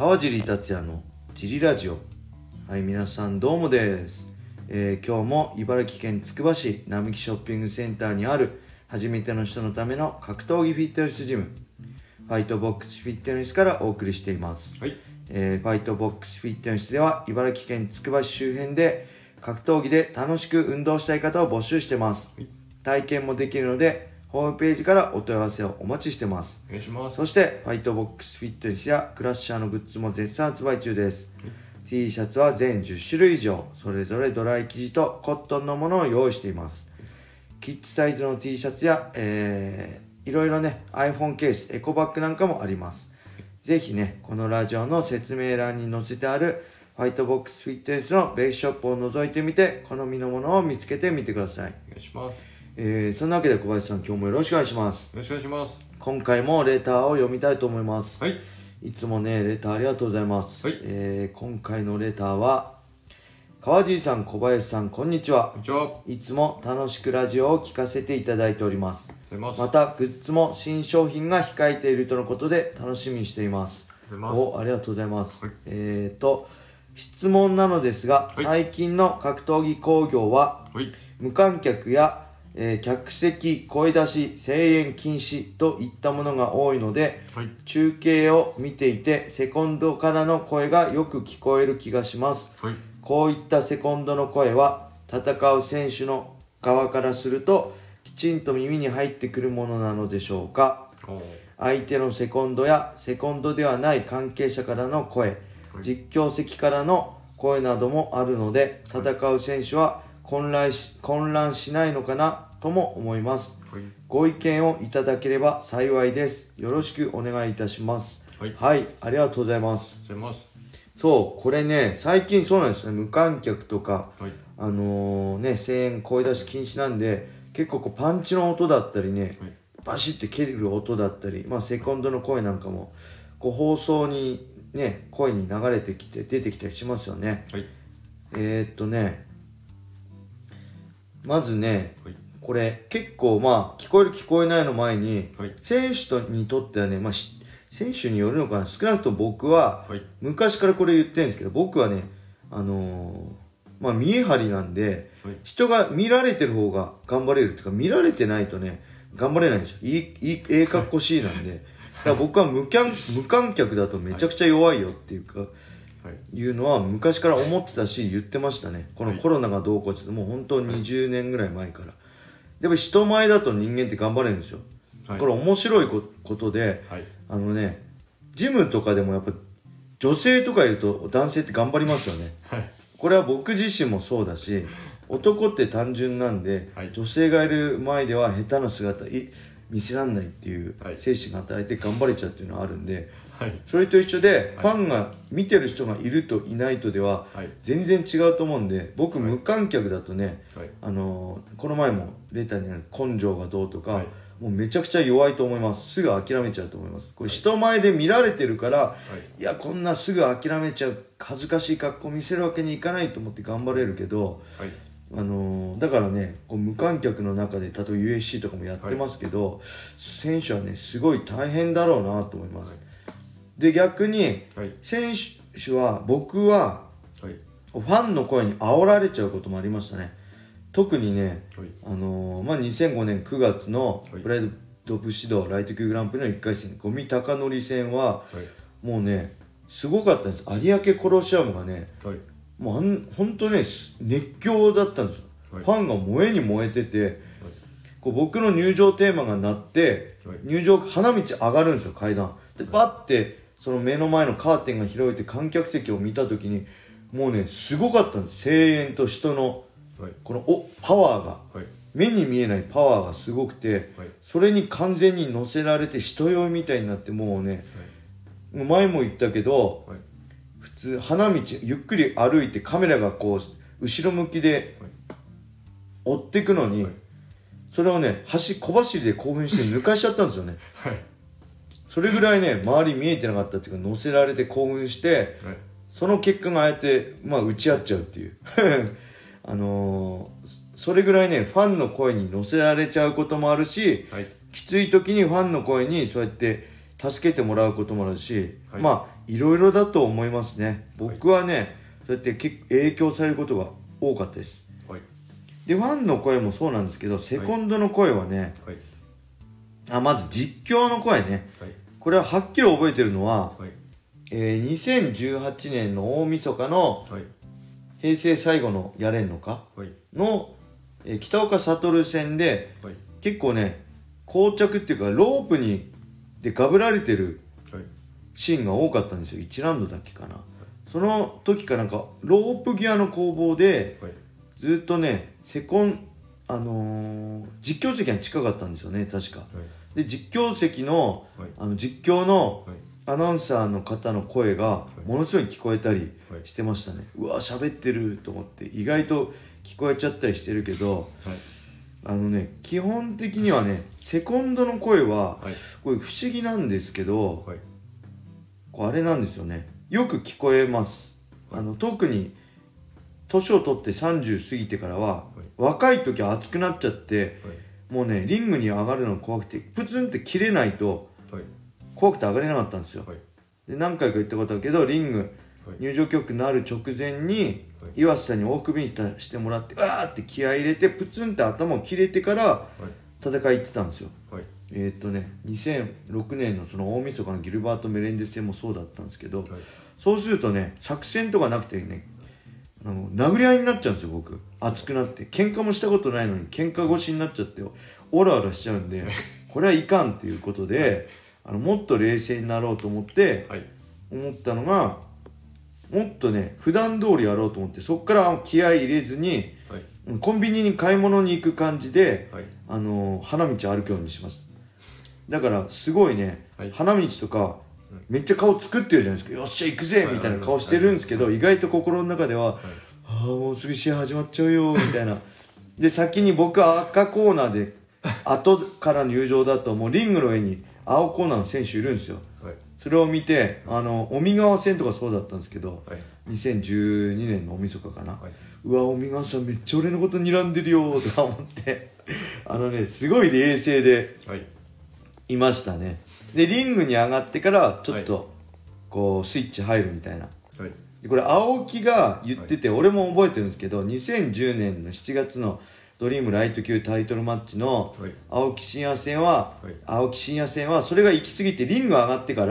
川尻達也のジリラジオ。はい、皆さんどうもです。今日も茨城県つくば市並木ショッピングセンターにある初めての人のための格闘技フィットネスジム、ファイトボックスフィットネスからお送りしています。 はい。 ファイトボックスフィットネスでは茨城県つくば市周辺で格闘技で楽しく運動したい方を募集してます。体験もできるのでホームページからお問い合わせをお待ちしてます。 お願いします。 そしてファイトボックスフィットネスやクラッシャーのグッズも絶賛発売中です。T シャツは全10種類以上、それぞれドライ生地とコットンのものを用意しています。キッズサイズの T シャツや、いろいろね iPhone ケース、エコバッグなんかもあります。ぜひね、このラジオの説明欄に載せてあるファイトボックスフィットネスのベースショップを覗いてみて、好みのものを見つけてみてください。 お願いします。 そんなわけで小林さん、今日もよろしくお願いします。 よろしくお願いします。 今回もレターを読みたいと思います。 はい。 いつもね、レターありがとうございます。 はい。 今回のレターは、川尻さん、小林さん、こんにちは。 こんにちは。 いつも楽しくラジオを聞かせていただいております。まありがとうございます。 た、グッズも新商品が控えているとのことで楽しみにしています。 ありがとうございます。 ありがとうございます。 はい質問なのですが、 はい最近の格闘技興行は、 はい。 無観客や客席、声出し、声援禁止といったものが多いので、 はい。 中継を見ていてセコンドからの声がよく聞こえる気がします。 はい。 こういったセコンドの声は戦う選手の側からするときちんと耳に入ってくるものなのでしょうか。 おー。 相手のセコンドやセコンドではない関係者からの声、 はい。 実況席からの声などもあるので、戦う選手は混乱しないのかなとも思います。 はい。 ご意見をいただければ幸いです。よろしくお願いいたします。 はい。 はい、ありがとうございます。 ありがとうございます。 そう、これね、最近そうなんですね。無観客とか、 はい。 声援、声出し禁止なんで、結構こうパンチの音だったりね、 はい。 バシッて蹴る音だったり、まあセコンドの声なんかも、こう放送にね、声に流れてきて出てきたりしますよね。 はい。 まずね、 はい。 これ結構まあ聞こえる聞こえないの前に、 はい。 選手にとってはね、まあ選手によるのかな、少なくとも僕は、 はい。 昔からこれ言ってるんですけど、僕はね、まあ見え張りなんで、 はい。 人が見られてる方が頑張れるっていうか、見られてないとね、頑張れないんですよ。ええかっこしいなんで。だから僕は無観客だとめちゃくちゃ弱いよっていうか、 はい。 いうのは昔から思ってたし言ってましたね。このコロナがどうこうってもう本当20年ぐらい前から。でも人前だと人間って頑張れるんですよ。 はい。 これ面白いことで、 はい。 ジムとかでもやっぱ女性とかいると男性って頑張りますよね。 はい。 これは僕自身もそうだし、男って単純なんで、 はい女性がいる前では下手な姿見せらんないっていうはい精神が働いて頑張れちゃうっていうのはあるんで、 はい。 それと一緒で、 はいファンが見てる人がいるといないとでははい。 全然違うと思うんで、僕はい無観客だとね、 はい。 この前もレターにある根性がどうとか、 はいもうめちゃくちゃ弱いと思います。すぐ諦めちゃうと思います。これ人前で見られてるから、 はい。 いやこんなすぐ諦めちゃう、恥ずかしい格好見せるわけにいかないと思って頑張れるけど、 はい。 だからね、こう無観客の中で例えば UFC とかもやってますけど、選手はねすごい大変だろうなと思います。 はいで逆にはい。 選手は、僕ははい。 ファンの声に煽られちゃうこともありましたね。特にね、 はい。 2005年9月のはいプライド武士道ライト級グランプリの1回戦、五味隆典戦ははい。 もうねすごかったんです。有明コロシアムがね、 はい。 もう本当ね熱狂だったんですよ。 はい。 ファンが燃えに燃えてて、こう僕の入場テーマが鳴ってはい。 花道上がるんですよ、階段で。バッてその目の前のカーテンが開いて観客席を見た時に、もうねすごかったんです。声援と人のはい。 このパワーが、 はい。 目に見えないパワーがすごくて、 はい。 それに完全に乗せられて人酔いみたいになって、もうね、もう前も言ったけど、 はい。 普通花道ゆっくり歩いてカメラがこう後ろ向きで追っていくのに、 はい。 それをね小走りで興奮して抜かしちゃったんですよね。 はい。 それぐらいね周り見えてなかったっていうか、乗せられて興奮してはい。 その結果がああやって打ち合っちゃうっていうそれぐらいねファンの声に乗せられちゃうこともあるし、 はい。 きつい時にファンの声にそうやって助けてもらうこともあるし、 はい。 まあいろいろだと思いますね。僕はね、そうやって結構影響されることが多かったです。 はい。 でファンの声もそうなんですけど、セコンドの声はね、まず実況の声ね、これははっきり覚えてるのは、2018年の大晦日の平成最後のやれんのかの、北岡悟戦で、結構ね膠着っていうかロープにでガブられてるシーンが多かったんですよ。1ラウンドだっけかな、その時かなんかロープ際の攻防で、ずっとね実況席が近かったんですよね確か、で実況席の、実況のアナウンサーの方の声がものすごい聞こえたりしてましたね。うわ喋ってると思って、意外と聞こえちゃったりしてるけど、基本的にはねセコンドの声は、これ不思議なんですけど、こうあれなんですよね、よく聞こえます。特に年を取って30過ぎてからは、若い時は熱くなっちゃって、もうねリングに上がるの怖くてプツンって切れないと、怖くて上がれなかったんですよ。で何回か言ったことあるけど、リング入場曲になる直前に岩瀬さんに往復ビンタしてもらって、わーって気合い入れてプツンって頭を切れてから戦い行ってたんですよ。2006年のその大晦日のギルバート・メレンデス戦もそうだったんですけど、そうするとね作戦とかなくてね、殴り合いになっちゃうんですよ。僕熱くなって喧嘩もしたことないのに喧嘩越しになっちゃってオラオラしちゃうんで、これはいかんっていうことで、もっと冷静になろうと思って、思ったのが、もっとね普段通りやろうと思って、そこから気合い入れずに、コンビニに買い物に行く感じで、花道歩くようにしました。だからすごいね、花道とかめっちゃ顔作ってるじゃないですか。よっしゃ行くぜみたいな顔してるんですけど、意外と心の中ではもうすぐ試合始まっちゃうよみたいな。で先に僕は赤コーナーで後から入場だと、もうリングの上に青コーナーの選手いるんですよ。それを見て、尾身川戦とかそうだったんですけど、2012年の大晦日かな、うわ尾身川さんめっちゃ俺のこと睨んでるよとか思ってすごい冷静でいましたね。でリングに上がってからちょっとこうスイッチ入るみたいな、でこれ青木が言ってて、俺も覚えてるんですけど、2010年の7月のドリームライト級タイトルマッチの青木真也戦は、それが行き過ぎてリング上がってから、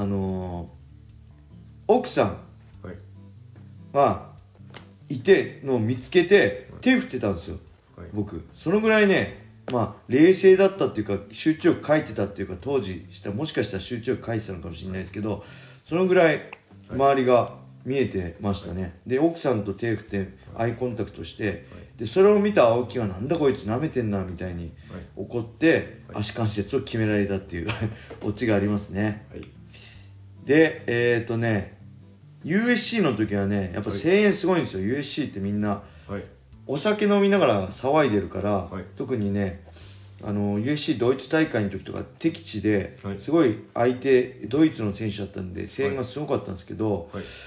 奥さんがいてのを見つけて手振ってたんですよ。僕そのぐらいね、冷静だったっていうか集中力書いてたっていうか、当時もしかしたら集中力書いてたのかもしれないですけど、そのぐらい周りが見えてましたね。で奥さんと手振ってアイコンタクトして、でそれを見た青木がなんだこいつ舐めてんなみたいに怒って足関節を決められたっていうオチがありますね。でUSC の時はねやっぱ声援すごいんですよ。USC ってみんなお酒飲みながら騒いでるから、特にねUSC ドイツ大会の時とか敵地ですごい相手ドイツの選手だったんで声援がすごかったんですけど、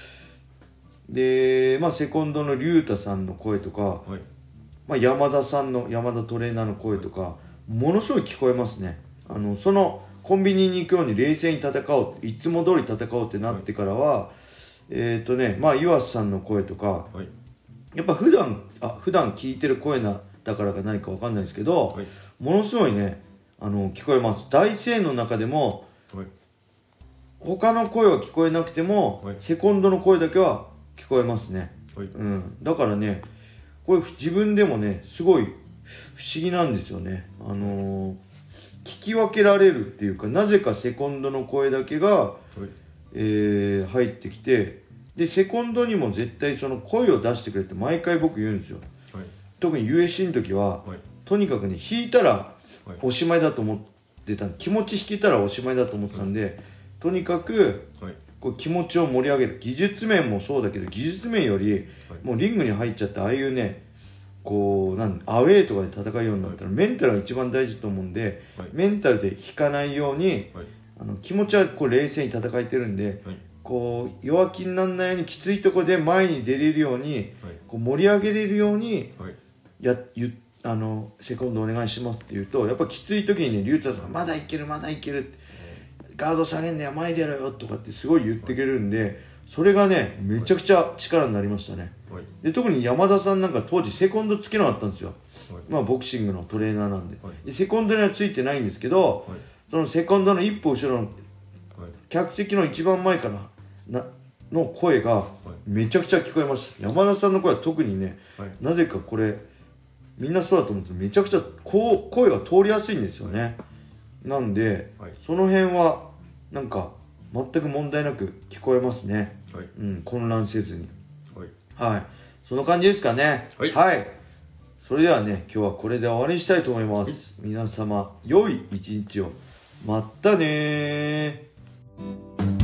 でセコンドの龍太さんの声とか、山田さんの山田トレーナーの声とか、ものすごい聞こえますね。そのコンビニに行くように冷静に戦おう、いつも通り戦おうってなってからは、岩瀬さんの声とか、やっぱ普段聞いてる声だからか何か分かんないですけど、ものすごいね聞こえます。大声の中でも、他の声は聞こえなくても、セコンドの声だけは聞こえますね。だからねこれ自分でもねすごい不思議なんですよね。聞き分けられるっていうか、なぜかセコンドの声だけが、入ってきて、でセコンドにも絶対その声を出してくれって毎回僕言うんですよ。特に USC の時は、とにかくね引いたらおしまいだと思ってた、気持ち引けたらおしまいだと思ってたんで、とにかくこう気持ちを盛り上げる、技術面もそうだけど技術面よりもうリングに入っちゃって、ああいうねこうアウェーとかで戦うようになったらメンタルが一番大事と思うんで、メンタルで引かないように、気持ちはこう冷静に戦えてるんで、こう弱気にならないようにきついところで前に出れるように、こう盛り上げれるようにセコンドお願いしますって言うと、やっぱきつい時にね龍太さんがまだいけるってガード下げんねや、前出ろよとかってすごい言ってくれるんで、それがねめちゃくちゃ力になりましたね。 はいで特に山田さんなんか当時セコンドつけなかったんですよ。 はいまあボクシングのトレーナーなんで、 はいでセコンドにはついてないんですけど、 はいそのセコンドの一歩後ろのはい客席の一番前からの声がめちゃくちゃ聞こえました。山田さんの声は特にね、 はいなぜかこれみんなそうだと思うんですけど、めちゃくちゃ声が通りやすいんですよね。なんで、 はいその辺はなんか全く問題なく聞こえますね。 はい混乱せずに。 はいはい、その感じですかね。 はい、 それではね、今日はこれで終わりにしたいと思います。皆様良い一日を。まったねー。